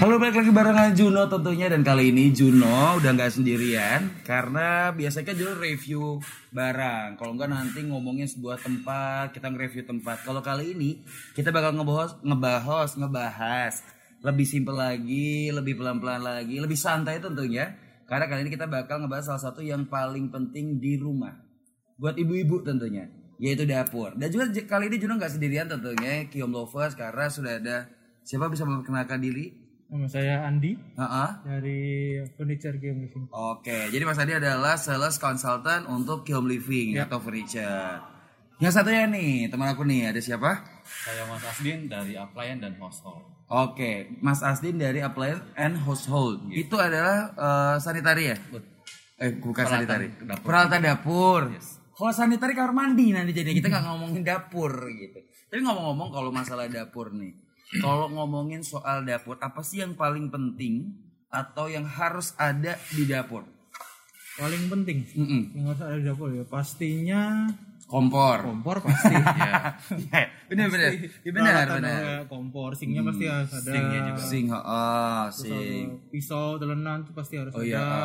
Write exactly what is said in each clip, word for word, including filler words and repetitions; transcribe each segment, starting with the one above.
Halo, balik lagi barengan Juno tentunya. Dan kali ini Juno udah gak sendirian, karena biasanya Juno review barang. Kalau enggak nanti ngomongin sebuah tempat, kita nge-review tempat. Kalau kali ini kita bakal ngebahas Ngebahas Ngebahas lebih simpel lagi, lebih pelan-pelan lagi, lebih santai tentunya. Karena kali ini kita bakal ngebahas salah satu yang paling penting di rumah, buat ibu-ibu tentunya, yaitu dapur. Dan juga kali ini Juno gak sendirian tentunya, Kiom Lovers, karena sudah ada, siapa bisa memperkenalkan diri? Nama saya Andi, uh-uh. dari Furniture Kiom Living. Oke, jadi Mas Andi adalah sales consultant untuk Kiom Living ya. Atau Furniture. Yang satunya nih, teman aku nih, ada siapa? Saya Mas Asdin dari Appliance dan Household. Oke, Mas Asdin dari Appliance and Household. Gitu. Itu adalah uh, sanitari ya? Eh, bukan Peralatan sanitari. dapur. Peralatan dapur. Yes. Kalau sanitari kamar mandi nanti jadi kita nggak ngomongin dapur gitu. Tapi ngomong-ngomong kalau masalah dapur nih, kalau ngomongin soal dapur, apa sih yang paling penting atau yang harus ada di dapur? Paling penting Mm-mm. yang harus ada di dapur ya pastinya Kompor. kompor pasti. Ya, benar benar. Ya, benar Peralatan benar. ya, kompor, sinknya pasti harus ada. Sinknya juga. Sing, oh, Terus sing. ada pisau, telenan itu pasti harus Oh, ada. iya.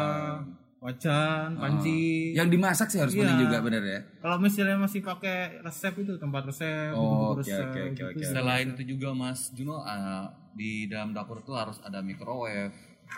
Wajan, panci. Yang dimasak sih harus Iya. penting juga, benar ya. Kalau misalnya masih pakai resep itu tempat resep, Oh, bumbu oke, resep, oke, oke, gitu. oke. Selain itu juga Mas Juno, uh, di dalam dapur itu harus ada microwave.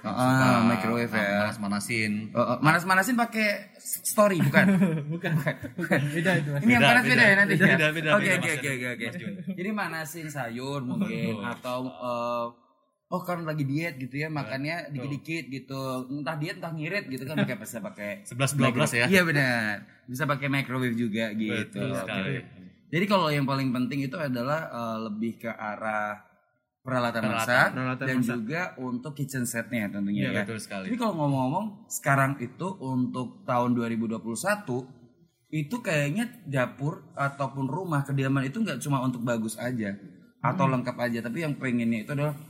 Ah, microwave ya. Manas-manasin. Oh, oh, manas-manasin pakai story bukan? bukan, bukan, beda itu Mas. Ini yang Beda, panas beda, beda. ya nanti. Beda, ya? beda, beda, Oke beda, oke Mas oke oke oke. Mas Jun. Jadi manasin sayur mungkin atau eh, oh kan lagi diet gitu ya, makannya dikit-dikit gitu. Entah diet entah ngirit gitu kan, pakai bisa pakai sebelas dua belas ya. Iya benar. Bisa pakai microwave juga gitu. Betul Oke. sekali. Jadi kalau yang paling penting itu adalah eh, lebih ke arah peralatan, Peralatan, masak peralatan dan masak. juga untuk kitchen setnya tentunya ya. Betul sekali. Tapi kalau ngomong-ngomong sekarang itu untuk tahun dua ribu dua puluh satu itu kayaknya dapur ataupun rumah kediaman itu nggak cuma untuk bagus aja atau Hmm. lengkap aja, tapi yang pengennya itu adalah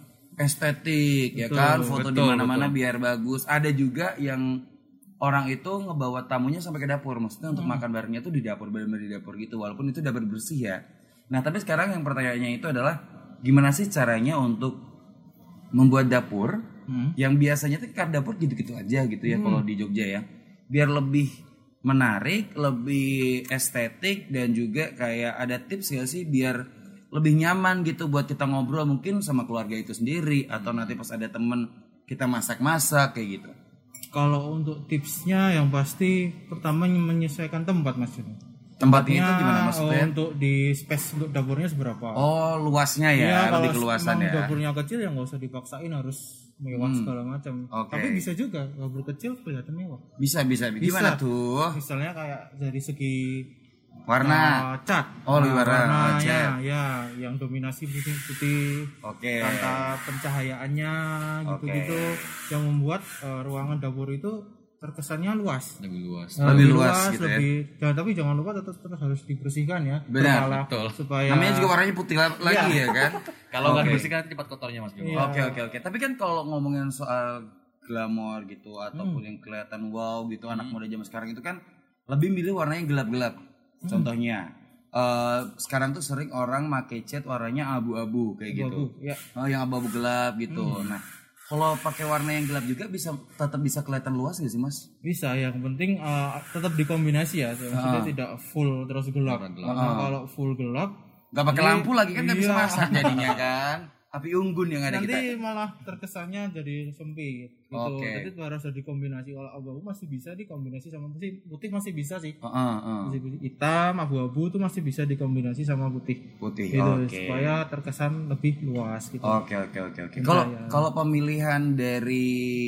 estetik ya Betul, kan, foto di betul, mana-mana betul. biar bagus. Ada juga yang orang itu ngebawa tamunya sampai ke dapur, maksudnya untuk Hmm. makan barengnya tuh di dapur, benar-benar di dapur gitu, walaupun itu dapur bersih ya. Nah tapi sekarang yang pertanyaannya itu adalah gimana sih caranya untuk membuat dapur Hmm. yang biasanya tuh kan dapur gitu-gitu aja gitu ya kalau di Jogja ya, biar lebih menarik, lebih estetik dan juga kayak ada tips gak sih biar lebih nyaman gitu buat kita ngobrol mungkin sama keluarga itu sendiri atau nanti pas ada temen kita masak-masak kayak gitu. Kalau untuk tipsnya yang pasti pertama menyesuaikan tempat Mas Juno. Tempatnya itu Tempatnya, gimana maksudnya? oh, untuk di space untuk dapurnya seberapa? Oh luasnya ya, Iya, lebih kalau keluasan emang ya. dapurnya kecil ya nggak usah dipaksain harus mewah Hmm. segala macam. Oke. Tapi bisa juga dapur kecil kelihatan mewah. Bisa bisa. Gimana Bisa. tuh? Misalnya kayak dari segi Warna. uh, cat. Oh, lebih Nah, warna, warnanya cat. ya yang dominasi putih putih. Oke. Tata pencahayaannya gitu-gitu yang membuat uh, ruangan dapur itu terkesannya luas. Lebih luas. Nah, Lebih luas gitu ya. lebih, jangan, tapi jangan lupa tetap terus harus dibersihkan ya. Benar, Berkala, betul. Supaya Namanya juga warnanya putih la- lagi ya kan? Kalau nggak Oke. dibersihkan cepat kotornya Mas Juno. Iya. Oke oke oke. Tapi kan kalau ngomongin soal glamor gitu ataupun yang kelihatan wow gitu, anak muda zaman sekarang itu kan lebih milih warnanya yang gelap-gelap. Contohnya eh, sekarang tuh sering orang make cat warnanya abu-abu kayak gitu. Abu-abu, ya. Oh, yang abu-abu gelap gitu. Nah, kalau pakai warna yang gelap juga bisa tetap bisa kelihatan luas gak sih, Mas? bisa, yang penting uh, tetap dikombinasi ya, maksudnya Ah. tidak full terus gelap. Warna gelap. Karena Ah. kalau full gelap Gak pakai Jadi, lampu lagi kan gak bisa iya. masak jadinya kan. Api unggun yang ada nanti kita. malah terkesannya jadi sempit gitu. Oke. Jadi itu harus ada dikombinasi. Kalau abu-abu masih bisa dikombinasi sama putih, putih masih bisa sih. Heeh, heeh. Masih bisa. Hitam, abu-abu itu masih bisa dikombinasi sama putih. Putih. Gitu, Oke. supaya terkesan lebih luas gitu. Oke oke oke oke. Bisa, Kalau ya. kalau pemilihan dari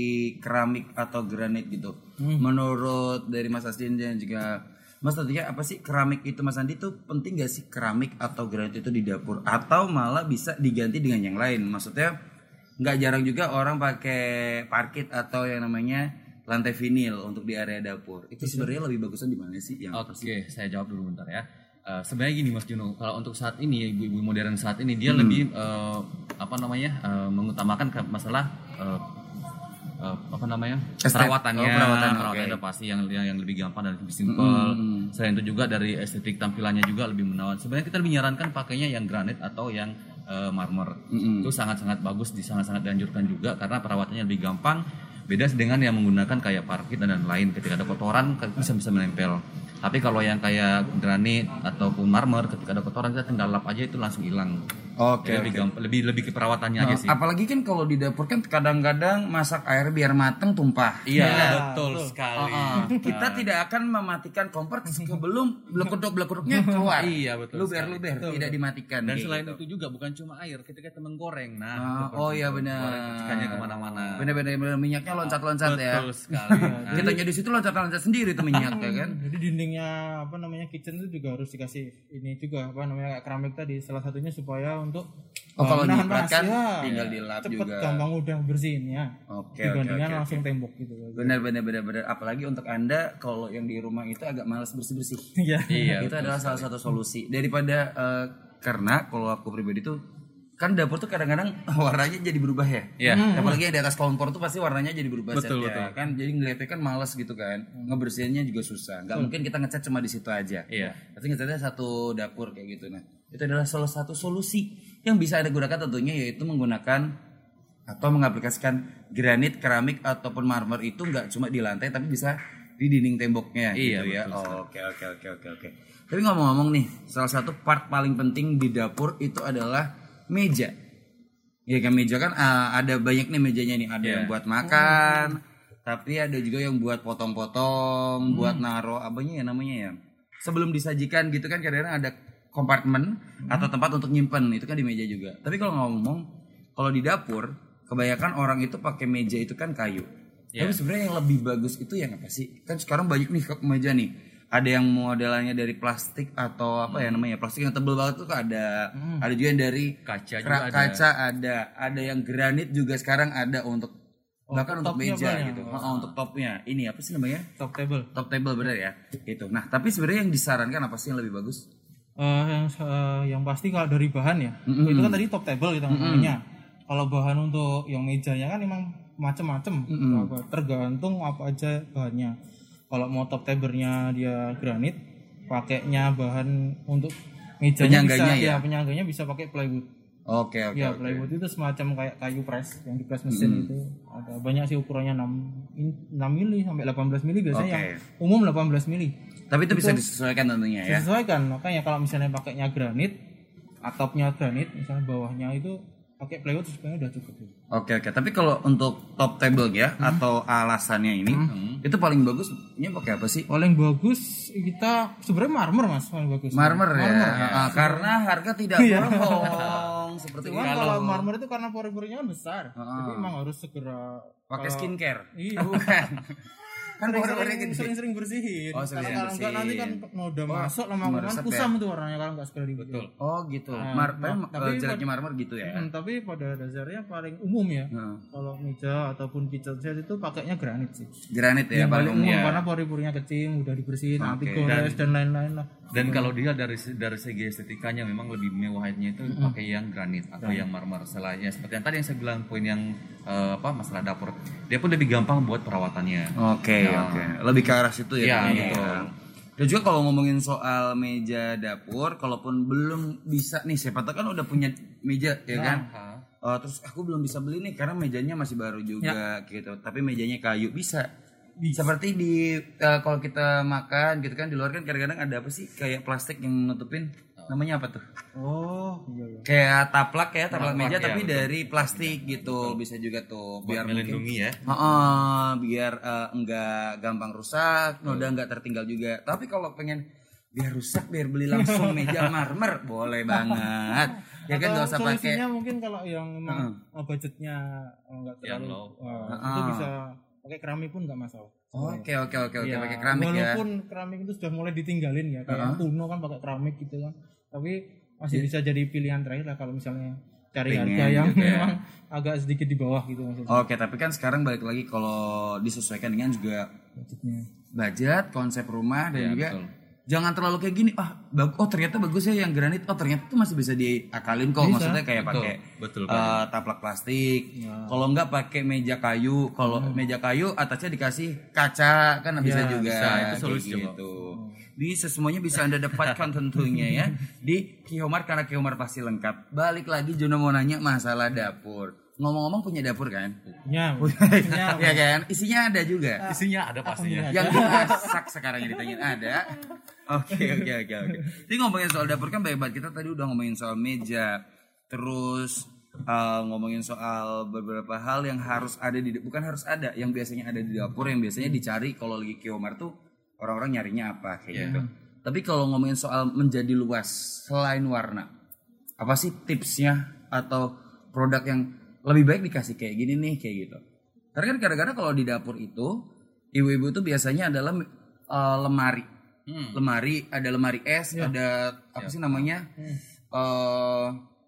keramik atau granit gitu, Hmm. menurut dari Mas Asdin dan juga Mas tentunya apa sih keramik itu, Mas Andi tuh penting gak sih keramik atau granit itu di dapur atau malah bisa diganti dengan yang lain? Maksudnya nggak jarang juga orang pakai parket atau yang namanya lantai vinil untuk di area dapur. Itu sebenarnya lebih bagusnya di mana sih? Yang Oke, saya jawab dulu bentar ya. Eh, sebenarnya gini Mas Juno, kalau untuk saat ini ibu-ibu modern saat ini dia lebih eh, apa namanya eh, mengutamakan ke masalah eh, eh, apa namanya Estet- perawatannya, oh, perawatan, perawatan oke. ada pasti yang yang yang lebih gampang dan lebih simpel. Mm-mm. Selain itu juga dari estetik tampilannya juga lebih menawan. Sebenarnya kita lebih menyarankan pakainya yang granit atau yang uh, marmer. Mm-mm. Itu sangat-sangat bagus, sangat-sangat dianjurkan juga karena perawatannya lebih gampang. Beda dengan yang menggunakan kayak parket dan lain-lain, ketika ada kotoran bisa bisa menempel. Tapi kalau yang kayak granit ataupun marmer, ketika ada kotoran kita tinggal lap aja itu langsung hilang. Oke, Jadi lebih oke. gampang, lebih lebih ke perawatannya aja sih. Apalagi kan kalau di dapur kan kadang-kadang masak air biar mateng tumpah. Iya, Ya, betul betul. sekali. Uh-uh. Kita tidak akan mematikan kompor sebelum belekuduk-belekuduknya keluar. Iya, betul Luber-luber tidak dimatikan. Dan kayak selain gitu. itu juga bukan cuma air, ketika temen goreng. Nah, Ah, itu oh iya goreng benar. ikannya kemana-mana. Benar-benar minyaknya loncat-loncat ya. Betul sekali. Nah, Kita jadi situ loncat-loncat sendiri tuh minyak ya kan. Jadi dindingnya apa namanya kitchen itu juga harus dikasih ini juga apa namanya kayak keramik tadi, salah satunya supaya untuk Oh, kalau menahan nyiprat panas, kan ya, tinggal dilap cepet juga. gampang udah bersihin ya. Oke, oke, Dibandingkan oke, langsung oke. tembok gitu. Benar benar benar benar. Apalagi untuk Anda kalau yang di rumah itu agak malas bersih-bersih. Iya. Iya, Itu adalah salah satu solusi daripada eh, karena kalau aku pribadi tuh kan dapur tuh kadang-kadang warnanya jadi berubah ya. Iya. Apalagi yang di atas kompor tuh pasti warnanya jadi berubah Betul, cat ya. betul. Kan jadi ngeliatnya kan males gitu kan. Ngebersihinnya juga susah. Nggak mungkin kita ngecat cuma di situ aja. Iya. Pasti ngecatnya satu dapur kayak gitu. Nah, itu adalah salah satu solusi yang bisa Anda gunakan tentunya yaitu menggunakan atau mengaplikasikan granit, keramik ataupun marmer itu nggak cuma di lantai tapi bisa di dinding temboknya Iya, gitu ya. betul sekali. Oke oke oke oke oke. Tapi ngomong-ngomong nih, salah satu part paling penting di dapur itu adalah meja. Ya kan meja kan ah, ada banyak nih mejanya nih, ada Iya. yang buat makan, tapi ada juga yang buat potong-potong, buat naro apanya ya namanya ya. Sebelum disajikan gitu kan kadang-kadang ada kompartemen atau tempat untuk nyimpen, itu kan di meja juga. Tapi kalau ngomong kalau di dapur, kebanyakan orang itu pakai meja itu kan kayu. Iya. Tapi sebenarnya yang lebih bagus itu yang apa sih? Kan sekarang banyak nih ke- meja nih. Ada yang modelannya dari plastik atau apa ya namanya? Plastik yang tebel banget tuh ada. Ada juga yang dari Kaca juga kera- ada. kaca ada. Ada yang granit juga sekarang ada untuk bahkan untuk topnya meja banyak. gitu. Oh, untuk topnya. Ini apa sih namanya? Top table. Top table bener ya. Itu. Nah, tapi sebenarnya yang disarankan apa sih yang lebih bagus? Eh, yang eh, yang pasti kalau dari bahan ya, itu kan tadi top table kita ngomongnya. Kalau bahan untuk yang mejanya kan emang macem-macem, apa, tergantung apa aja bahannya. Kalau mau top table-nya dia granit, pakainya bahan untuk mejanya bisa, Penyangganya ya? penyangganya bisa pakai plywood. Oke, oke, Ya oke. plywood itu semacam kayak kayu press yang di press mesin itu ada banyak sih ukurannya enam mili sampai delapan belas mili biasanya Oke. yang umum delapan belas mili. Tapi itu bisa disesuaikan tentunya ya. Disesuaikan, makanya kalau misalnya pakainya granit, atapnya granit, misalnya bawahnya itu pakai plywood sebenarnya udah cukup. Oke oke, tapi kalau untuk top table ya atau alasannya ini itu paling bagusnya pakai apa sih? Paling bagus kita sebenarnya marmer mas, paling bagus. Marmer ya. Marmer. Ah, karena harga tidak Iya. bohong seperti Cuman itu. kalau marmer itu karena pori-porinya kan besar, jadi emang harus segera Pakai eh, skincare. Iya. Bukan. Kan pori-porinya sering, gede. sering-sering bersihin. Oh, Karena sering-sering kalau enggak nanti kan bersihin. noda masuk lama-lama meresap ya? kusam tuh warnanya kalau enggak segera dibersihin. Betul. Oh gitu. Nah, Mar nah, tapi, tapi eh, jeleknya marmer gitu ya. Hmm, tapi pada dasarnya paling umum ya. Nah, Kalau meja ataupun kitchen set itu pakainya granit sih. granit ya Yang paling paling umum umum. karena pori-porinya kecil, udah dibersihin, anti Oke, gores dan lain-lain lah. Dan kalau dia dari dari segi estetikanya memang lebih mewahnya itu pakai yang granit atau yang marmer. Selainnya seperti yang tadi yang saya bilang poin yang eh, apa masalah dapur, dia pun lebih gampang buat perawatannya. Oke Nah. oke. Lebih ke arah situ ya. Iya, tentunya betul. ya. Dan juga kalau ngomongin soal meja dapur, kalaupun belum bisa nih, siapa tahu kan udah punya meja ya kan. Nah, Oh, terus aku belum bisa beli nih karena mejanya masih baru juga gitu. Tapi mejanya kayu bisa. Seperti di eh, kalau kita makan gitu kan di luar kan kadang-kadang ada apa sih kayak plastik yang nutupin. Namanya apa tuh? Oh, iya iya. Kayak taplak ya, taplak Taplak, meja ya, tapi betul. dari plastik gitu. Bisa juga tuh buat biar mungkin melindungi ya. Heeh, biar eh, enggak gampang rusak, noda enggak tertinggal juga. Tapi kalau pengen biar rusak biar beli langsung meja marmer boleh banget. Ya kan enggak usah pakai. Solusinya mungkin kalau yang memang uh, budgetnya uh, enggak Yang terlalu low. uh, Heeh. itu bisa pakai keramik pun enggak masalah. Oke oke oke oke Ya, pakai keramik ya. walaupun keramik itu sudah mulai ditinggalin ya, kayak Tuno kan pakai keramik gitu kan. Tapi masih bisa jadi pilihan terakhir lah kalau misalnya cari Pengen harga yang gitu ya. memang agak sedikit di bawah gitu maksudnya. Oke, tapi kan sekarang balik lagi kalau disesuaikan dengan juga Budgetnya. budget, konsep rumah dan Iya, juga betul. jangan terlalu kayak gini. Ah, bag- oh ternyata bagus ya yang granit. Oh ternyata tuh masih bisa diakalin kok. Bisa. Maksudnya kayak Betul, pakai betul, eh, taplak plastik. Kalau enggak pakai meja kayu. Kalau meja kayu atasnya dikasih kaca kan bisa Ya, juga. bisa. Itu kayak solusi juga. gitu. Bisa semuanya bisa Anda dapatkan tentunya ya di Kihomar, karena Kihomar pasti lengkap. Balik lagi Juno mau nanya masalah dapur. Ngomong-ngomong punya dapur kan? Ya, ya kan? Isinya ada juga. Isinya ada pastinya. Yang dimasak sekarang yang ditanyain ada. Oke oke oke oke. Jadi ngomongin soal dapur kan banyak banget. Kita tadi udah ngomongin soal meja, terus uh, ngomongin soal beberapa hal yang harus ada di, bukan harus ada, yang biasanya ada di dapur, yang biasanya dicari kalau lagi Kihomar tuh orang-orang nyarinya apa kayak yeah. gitu. Tapi kalau ngomongin soal menjadi luas selain warna, apa sih tipsnya atau produk yang lebih baik dikasih kayak gini nih kayak gitu? Karena kan kadang-kadang kalau di dapur itu ibu-ibu tuh biasanya adalah uh, lemari. Hmm. Lemari, ada lemari es, ya. Ada apa ya. sih namanya? Hmm. Uh,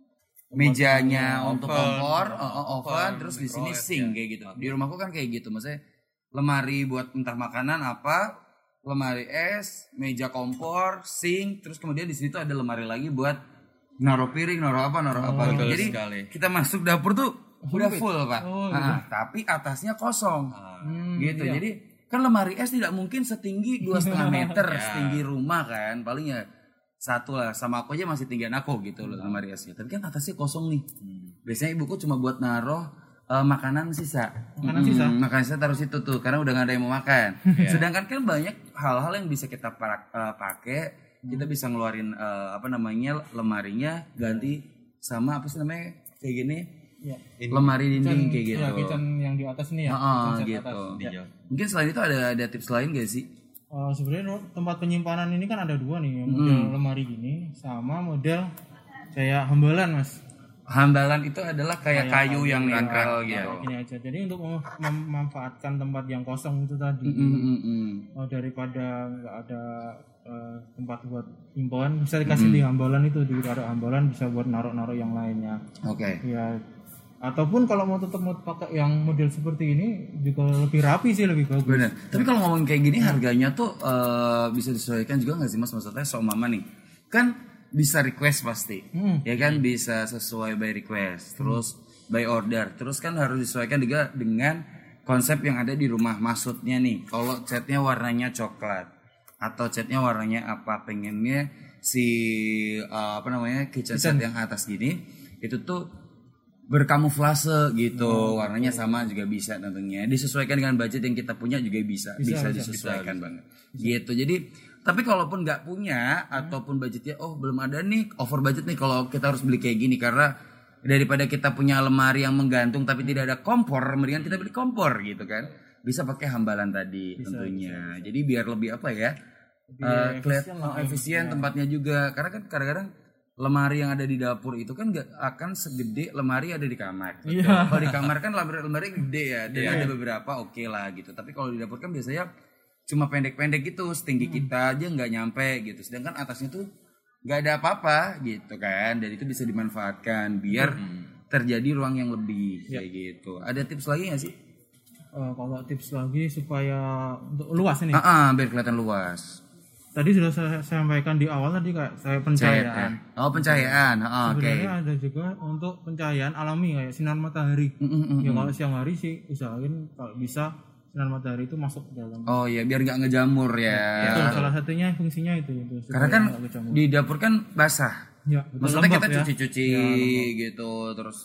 mejanya oven, untuk kompor, oven, uh, oven, oven terus di sini sink ya. Kayak gitu. Di rumahku kan kayak gitu, maksudnya lemari buat entah makanan apa, lemari es, meja kompor, sink, terus kemudian di situ ada lemari lagi buat naruh piring, naruh apa, naruh oh, apa gitu. Jadi sekali. Kita masuk dapur tuh udah full, Pak. Oh, nah, gitu. Tapi atasnya kosong. Hmm, gitu. Iya. Jadi kan lemari es tidak mungkin setinggi dua setengah meter ya. Setinggi rumah kan, paling ya satu lah, sama aku aja masih tinggian aku gitu loh lemari esnya. Tapi kan atasnya kosong nih. Hmm. Biasanya ibuku cuma buat naruh uh, makanan sisa. Makanan hmm, sisa. Makanan sisa taruh situ tuh karena udah gak ada yang mau makan. Yeah. Sedangkan kan banyak hal-hal yang bisa kita parak, uh, pakai, kita bisa ngeluarin uh, apa namanya lemarinya ganti sama apa sih namanya kayak gini. Ya. Lemari dinding kitchen, kayak gitu. Ya, kitchen yang di atas ini ya. Oh, gitu. Atas. Ya. Mungkin selain itu ada ada tips lain gak sih? Uh, sebenarnya tempat penyimpanan ini kan ada dua nih, model hmm. lemari gini sama model kayak hambalan, Mas. Hambalan itu adalah kayak, kayak kayu yang nempel gitu. Ya, gini aja. Jadi untuk mem- memanfaatkan tempat yang kosong itu tadi, mm, mm, mm. Uh, daripada nggak ada uh, tempat buat himbauan, bisa dikasih mm. di hambalan itu, ditaruh hambalan bisa buat naruh-naruh yang lainnya. Oke. Okay. Ya. Ataupun kalau mau tetap mau pakai yang model seperti ini juga lebih rapi sih, lebih bagus. Benar. Tapi kalau ngomong kayak gini harganya tuh uh, bisa disesuaikan juga nggak sih Mas? Maksudnya so mama nih kan bisa request pasti, hmm. ya kan bisa sesuai by request, terus hmm. by order, terus kan harus disesuaikan juga dengan konsep yang ada di rumah. Maksudnya nih, kalau catnya warnanya coklat atau catnya warnanya apa, pengennya si uh, apa namanya kitchen set yang atas gini itu tuh berkamuflase gitu, oh, warnanya okay. sama juga bisa tentunya. Disesuaikan dengan budget yang kita punya juga bisa, bisa, bisa disesuaikan bisa, banget. Bisa. Gitu. Jadi, tapi kalaupun nggak punya hmm. ataupun budgetnya, oh belum ada nih, over budget nih kalau kita harus beli kayak gini karena daripada kita punya lemari yang menggantung tapi tidak ada kompor, mendingan kita beli kompor gitu kan. Bisa pakai hambalan tadi bisa, tentunya. Bisa, bisa. Jadi biar lebih apa ya? Uh, kelihatan efisien, efisien ya. Tempatnya juga. Karena kan kadang-kadang lemari yang ada di dapur itu kan gak akan segede lemari ada di kamar. Yeah. Kalau di kamar kan lemari, lemari gede ya, dan yeah. ada beberapa oke okay lah gitu. Tapi kalau di dapur kan biasanya cuma pendek-pendek gitu, setinggi hmm. kita aja nggak nyampe gitu. Sedangkan atasnya tuh nggak ada apa-apa gitu kan, dan itu bisa dimanfaatkan biar hmm. terjadi ruang yang lebih yeah. kayak gitu. Ada tips lagi nggak sih? Uh, kalau tips lagi supaya untuk luas ini. Ah, uh-uh, biar kelihatan luas. Tadi sudah saya sampaikan di awal tadi kayak saya pencahayaan. Oh, pencahayaan. Oh, oke. Sebenarnya okay. ada juga untuk pencahayaan alami kayak sinar matahari. Mm-hmm. Ya kalau siang hari sih usahain kalau bisa sinar matahari itu masuk ke dalam. Oh iya, biar nggak ngejamur ya. Ya, itu salah satunya fungsinya itu. itu Karena kan di dapur kan basah. Ya, maksudnya kita cuci-cuci ya, gitu, terus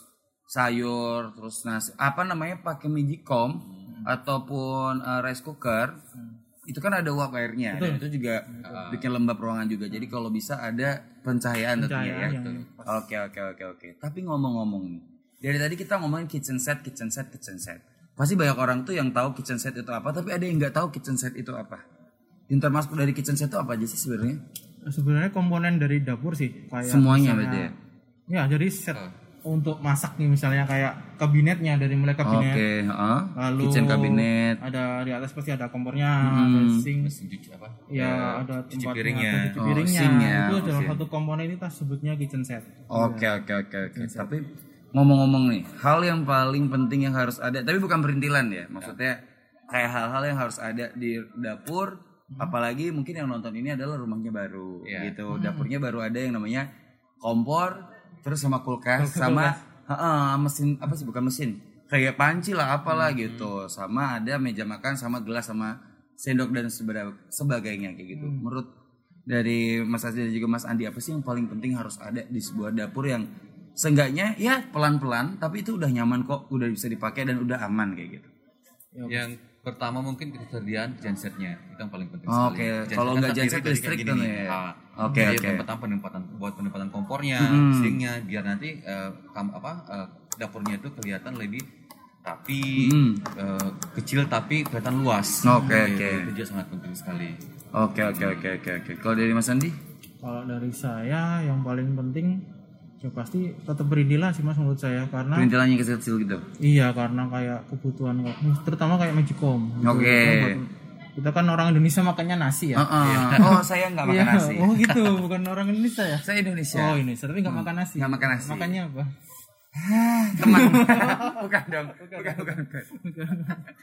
sayur, terus nasi. Apa namanya pakai magicom hmm. ataupun uh, rice cooker. Hmm. Itu kan ada uap airnya. Betul. Dan itu juga uh, bikin lembab ruangan juga. Jadi kalau bisa ada pencahayaan tentunya ya. Oke oke oke oke. Tapi ngomong-ngomong nih, dari tadi kita ngomongin kitchen set, kitchen set, kitchen set. Pasti banyak orang tuh yang tahu kitchen set itu apa, tapi ada yang nggak tahu kitchen set itu apa. Yang termasuk dari kitchen set itu apa aja sih sebenarnya? Sebenarnya komponen dari dapur sih. Kayak semuanya berarti ya. Ya jadi set. Uh. Untuk masak nih misalnya kayak kabinetnya dari mulai kabinet, okay, uh, lalu kitchen kabinet, ada di atas pasti ada kompornya, hmm. ada sink, apa? Ya, ya ada cuci tempat piringnya, cuci piringnya, oh, ya. itu salah okay. satu komponen itu sebutnya kitchen set. Oke oke oke oke. Tapi ngomong-ngomong nih, hal yang paling penting yang harus ada, tapi bukan perintilan ya, maksudnya kayak hal-hal yang harus ada di dapur, hmm. apalagi mungkin yang nonton ini adalah rumahnya baru, yeah. gitu, hmm. dapurnya baru ada yang namanya kompor. Terus sama kulkas, sama uh, mesin apa sih bukan mesin, kayak panci lah apalah hmm. gitu, sama ada meja makan sama gelas sama sendok dan sebera- sebagainya kayak gitu. Hmm. Menurut dari Mas Azri dan juga Mas Andi, apa sih yang paling penting harus ada di sebuah dapur yang seenggaknya ya pelan-pelan tapi itu udah nyaman kok, udah bisa dipakai dan udah aman kayak gitu. Yang pertama mungkin ketersediaan gensetnya itu yang paling penting Oh, sekali. oke. Kalau nggak genset listrik kan ya. Oke, Jadi oke. penempatan penempatan buat penempatan kompornya, Hmm. sinknya biar nanti eh, kam- apa eh, dapurnya itu kelihatan lebih rapi, Hmm. eh, kecil tapi kelihatan luas. Oke, Gitu. oke. Itu juga sangat penting sekali. Oke oke oke oke oke. Kalau dari Mas Andi? Kalau dari saya yang paling penting ya pasti tetap berindilah sih Mas menurut saya, karena Perintilannya kecil-kecil gitu. iya karena kayak kebutuhan terutama kayak Magicom. Gitu. Oke. Kan buat- kita kan orang Indonesia makannya nasi ya. Uh-uh. Oh saya nggak makan Iya. nasi. Oh gitu, bukan orang Indonesia ya? Saya Indonesia. Oh Indonesia, tapi nggak makan nasi. Nggak makan nasi. Makannya apa? Teman. bukan dong. Bukan bukan. bukan.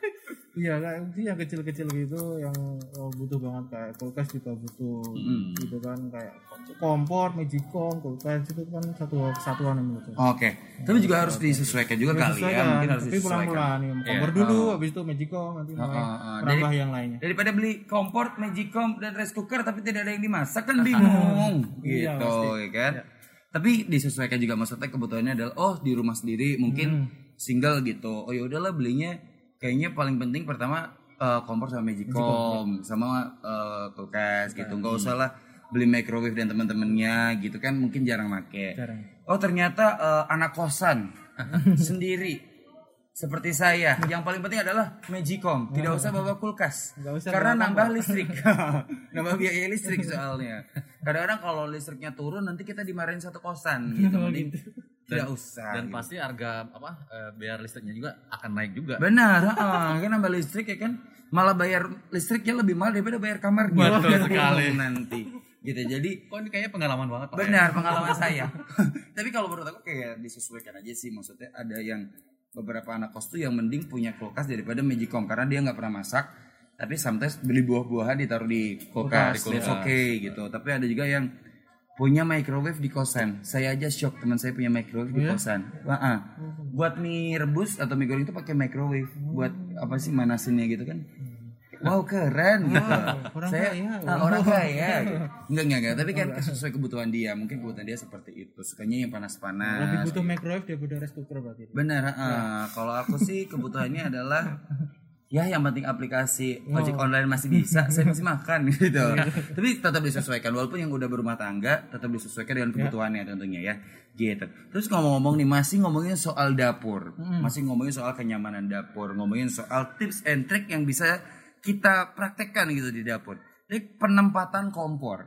Iya kayak itu yang kecil-kecil gitu yang oh, butuh banget, kayak kulkas juga butuh Mm. gitu kan, kayak kompor, Magicom, kulkas itu kan satu kesatuan menurut saya. Oke. Tapi juga harus disesuaikan juga kali ya. Disesuaikan, Mungkin harus tapi disesuaikan. pelan-pelan ya. Kompor Iya. dulu, Oh. habis itu Magicom, nanti Oh, mulai oh, oh. merambah Jadi- yang lainnya. Daripada beli kompor, Magicom dan rice cooker tapi tidak ada yang dimasak kan bingung. Iya, gitu pasti. ya kan. Tapi disesuaikan juga, maksudnya kebutuhannya adalah oh di rumah sendiri mungkin Hmm. single gitu. Oh ya udahlah belinya kayaknya paling penting pertama eh, kompor sama Magicom sama eh, kulkas gitu. Enggak usah lah beli microwave dan teman-temannya gitu kan, mungkin jarang make. Jarang. Oh ternyata eh, anak kosan sendiri seperti saya, yang paling penting adalah Magicom, tidak usah bawa kulkas, Nggak usah karena bawa nambah listrik, nambah biaya listrik soalnya. Kadang-kadang kalau listriknya turun nanti kita dimarahin satu kosan, gitu. Mending tidak usah. Dan gitu. pasti harga apa eh, biaya listriknya juga akan naik juga. Benar, heeh, kan nambah listrik ya kan, malah bayar listriknya lebih mahal daripada bayar kamarnya. Betul sekali. Nanti, gitu. Jadi Kok ini kayaknya pengalaman banget Pak, ya? benar pengalaman saya. Tapi kalau menurut aku kayak disesuaikan aja sih, maksudnya ada yang beberapa anak kos tuh yang mending punya kulkas daripada Magicom karena dia nggak pernah masak, tapi sometimes beli buah-buahan ditaruh di kulkas, Kulkas, di that's kulkas. okay gitu. Tapi ada juga yang punya microwave di kosan. Saya aja shock, teman saya punya microwave di kosan. Wah, ah. Buat mie rebus atau mie goreng itu pakai microwave. Buat apa sih manasinnya gitu kan? Wow keren gitu. orang Saya kaya. ah, orang kaya. Gitu. Enggak enggak enggak. Tapi kan sesuai kebutuhan dia. Mungkin kebutuhan dia seperti itu. Sukanya yang panas-panas. Lebih butuh microwave daripada rice cooker berarti. Benar. ah. Kalau aku sih kebutuhannya adalah ya yang penting aplikasi ojek online masih bisa, saya masih makan gitu. Tapi tetap disesuaikan walaupun yang udah berumah tangga tetap disesuaikan dengan kebutuhannya tentunya ya. Gitu. Terus ngomong-ngomong nih, masih ngomongin soal dapur. Masih ngomongin soal kenyamanan dapur, ngomongin soal tips and trick yang bisa kita praktekkan gitu di dapur. Jadi penempatan kompor.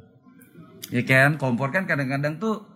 Ya kan, kompor kan kadang-kadang tuh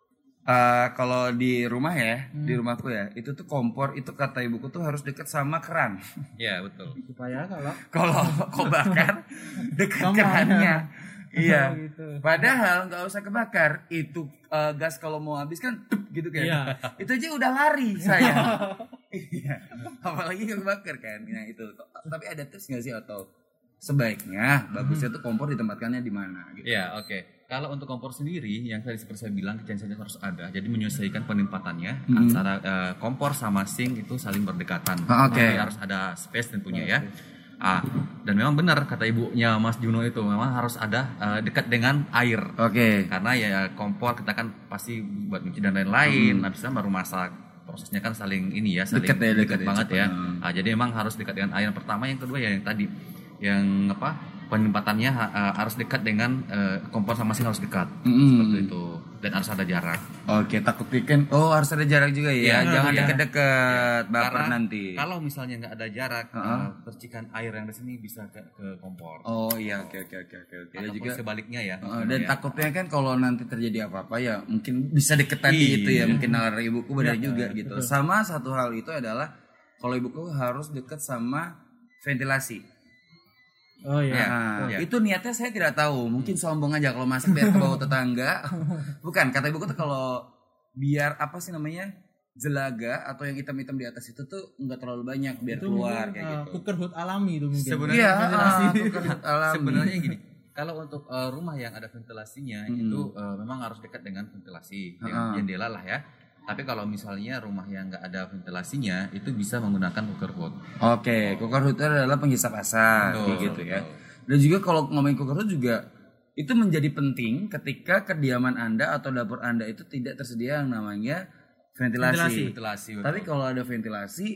Uh, kalau di rumah ya, di rumahku ya, itu tuh kompor itu kata ibuku tuh harus deket sama keran. Iya, betul. Supaya kalau Kalau kau bakar dekat Sama. kerannya. Iya. gitu. Padahal nggak usah kebakar, itu uh, gas kalau mau habis kan tup, gitu kan. Iya. Itu aja udah lari saya. Iya. Apalagi kebakar kan. Nah itu. Tapi ada tips nggak sih atau sebaiknya bagusnya tuh kompor ditempatkannya di mana gitu. Iya, oke. Kalau untuk kompor sendiri, yang tadi seperti saya bilang, gensetnya harus ada. Jadi menyesuaikan penempatannya antara eh, kompor sama sink itu saling berdekatan. Ah, oke. Jadi harus ada space tentunya ya. Ah, dan memang benar kata ibunya Mas Juno itu, memang harus ada eh, dekat dengan air. Oke. Karena ya kompor kita kan pasti buat nyuci dan lain-lain. Habis itu baru masak. Prosesnya kan saling ini ya, saling Dekat ya, dekat dekat ya, banget cepat. ya. Hmm. Ah, jadi memang harus dekat dengan air. Yang pertama, yang kedua ya yang tadi, yang apa? Penempatannya uh, harus dekat dengan uh, kompor sama sink harus dekat. Mm-mm. Seperti itu. Dan harus ada jarak. Oke, takut bikin. Oh, harus ada jarak juga ya. Iya, Jangan iya. deket-deket baper Karena nanti. kalau misalnya nggak ada jarak, Uh-huh. uh, percikan air yang di sini bisa ke, ke kompor. Oh iya, oke oke oke oke oke. Dan Ataupun juga sebaliknya ya. Uh, dan Ya. takutnya kan kalau nanti terjadi apa-apa ya mungkin bisa deket tadi Iya. itu ya, mungkin nalar ibuku benar juga gitu. Sama satu hal itu adalah kalau ibuku harus deket sama ventilasi. oh iya. Nah, Iya. itu niatnya saya tidak tahu. Mungkin sombong aja kalau masak biar ke bawah tetangga. Bukan, kata ibuku tuh kalau biar apa sih namanya? Jelaga atau yang hitam-hitam di atas itu tuh nggak terlalu banyak biar Itu keluar mungkin, kayak uh, gitu. cooker hood alami itu mungkin. Sebenarnya Iya, ventilasi. ah, cooker hood alami. Sebenarnya gini, kalau untuk uh, rumah yang ada ventilasinya Hmm. itu uh, memang harus dekat dengan ventilasi, Ah. dengan jendela lah ya. Tapi kalau misalnya rumah yang nggak ada ventilasinya, itu bisa menggunakan cooker hood. Oke, cooker hood adalah penghisap asap Betul, kayak gitu ya. betul. Dan juga kalau ngomongin cooker hood juga itu menjadi penting ketika kediaman Anda atau dapur Anda itu tidak tersedia yang namanya ventilasi. Ventilasi, betul. Tapi kalau ada ventilasi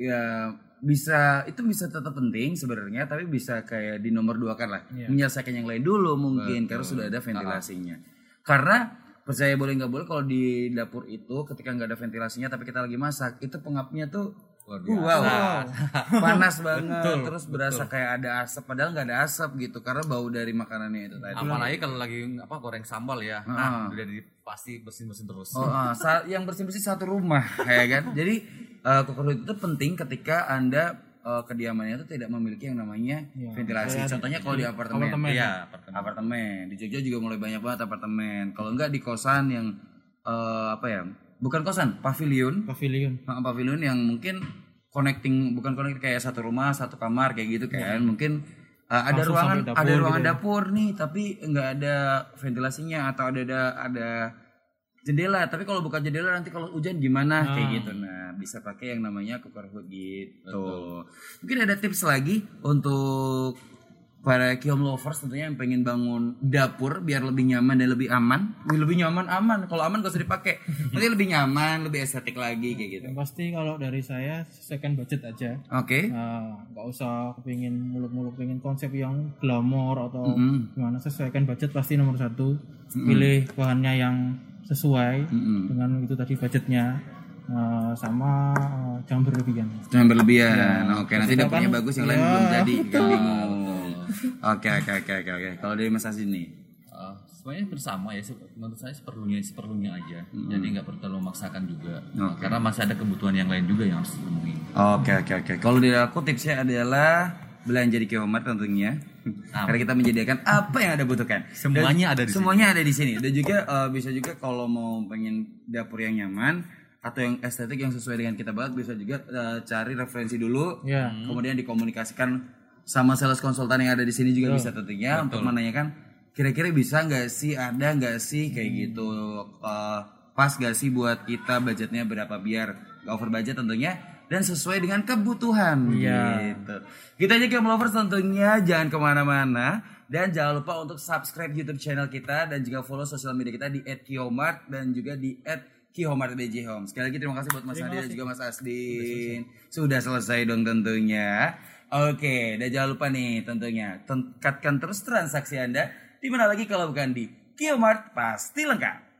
ya bisa itu bisa tetap penting sebenarnya, tapi bisa kayak di nomor dua kan lah, Iya. menyelesaikan yang lain dulu mungkin karena sudah ada ventilasinya. Karena percaya boleh nggak boleh kalau di dapur itu ketika nggak ada ventilasinya tapi kita lagi masak itu pengapnya tuh Luar biasa. wow panas banget Betul, terus berasa kayak ada asap padahal nggak ada asap gitu karena bau dari makanannya itu tadi. Apalagi kalau lagi apa goreng sambal ya, nah udah di, pasti bersin-bersin terus. Oh, ah, sa- yang bersih-bersih satu rumah ya kan. Jadi uh, cooker hood itu penting ketika Anda uh, kediamannya itu tidak memiliki yang namanya Ya, ventilasi. Contohnya kalau di apartemen. apartemen. Iya, apartemen. Apartemen. Di Jogja juga mulai banyak banget apartemen. Kalau enggak di kosan yang uh, apa ya? Bukan kosan, pavilion. Pavilion. Nah, pavilion yang mungkin connecting bukan connecting kayak satu rumah, satu kamar kayak gitu kan. Mungkin uh, ada Langsung ruangan sampai dapur ada ruangan gitu ya. dapur nih tapi enggak ada ventilasinya atau ada ada, ada jendela, tapi kalau buka jendela nanti kalau hujan gimana kayak gitu. Nah, bisa pakai yang namanya cooker hood gitu. Mungkin ada tips lagi untuk para Kiom lovers tentunya yang pengen bangun dapur biar lebih nyaman dan lebih aman. Wih, lebih nyaman aman. Kalau aman gak usah dipakai. Nanti lebih nyaman, lebih estetik lagi kayak gitu. Yang pasti kalau dari saya sesuaikan budget aja. Oke. Nah, nggak usah pengen muluk-muluk pengen konsep yang glamor atau Mm-mm. gimana, sesuaikan budget pasti nomor satu. Pilih bahannya yang sesuai Mm-mm. dengan itu tadi budgetnya. Nah, sama eh, jangan berlebihan. Jangan berlebihan. Oke, nanti Kita dapurnya kan- bagus yang lain ya. belum jadi kan bingung. Oke, oke, oke, oke, oke. Kalau dari Mas Azin nih. Uh, semuanya bersama ya, se- menurut saya seperlunya seperlunya aja. Jadi nggak perlu terlalu memaksakan juga. Oke. Karena masih ada kebutuhan yang lain juga yang harus dipenuhi. Oke, oke, oke. Kalau dari aku tipsnya adalah belanja di Kiomart tentunya. Karena kita menyediakan apa yang Anda butuhkan. Semuanya ada di sini. Semuanya ada di sini. Dan juga eh, bisa juga kalau mau pengen dapur yang nyaman atau yang estetik yang sesuai dengan kita banget, bisa juga eh, cari referensi dulu. Ya. Kemudian dikomunikasikan sama sales konsultan yang ada di sini juga bisa tentunya untuk menanyakan kira-kira bisa nggak sih, ada nggak sih kayak gitu, eh, pas nggak sih buat kita, budgetnya berapa biar nggak over budget tentunya dan sesuai dengan kebutuhan gitu. Kita aja Kiom Lovers tentunya jangan kemana-mana dan jangan lupa untuk subscribe YouTube channel kita dan juga follow sosial media kita di et kiomart dan juga di et Kiomart B J Home. Sekali lagi terima kasih buat Mas Adi dan juga Mas Asdin. Sudah selesai dong tentunya. Oke, dan jangan lupa nih tentunya tingkatkan terus transaksi Anda. Di mana lagi kalau bukan di Kiomart pasti lengkap.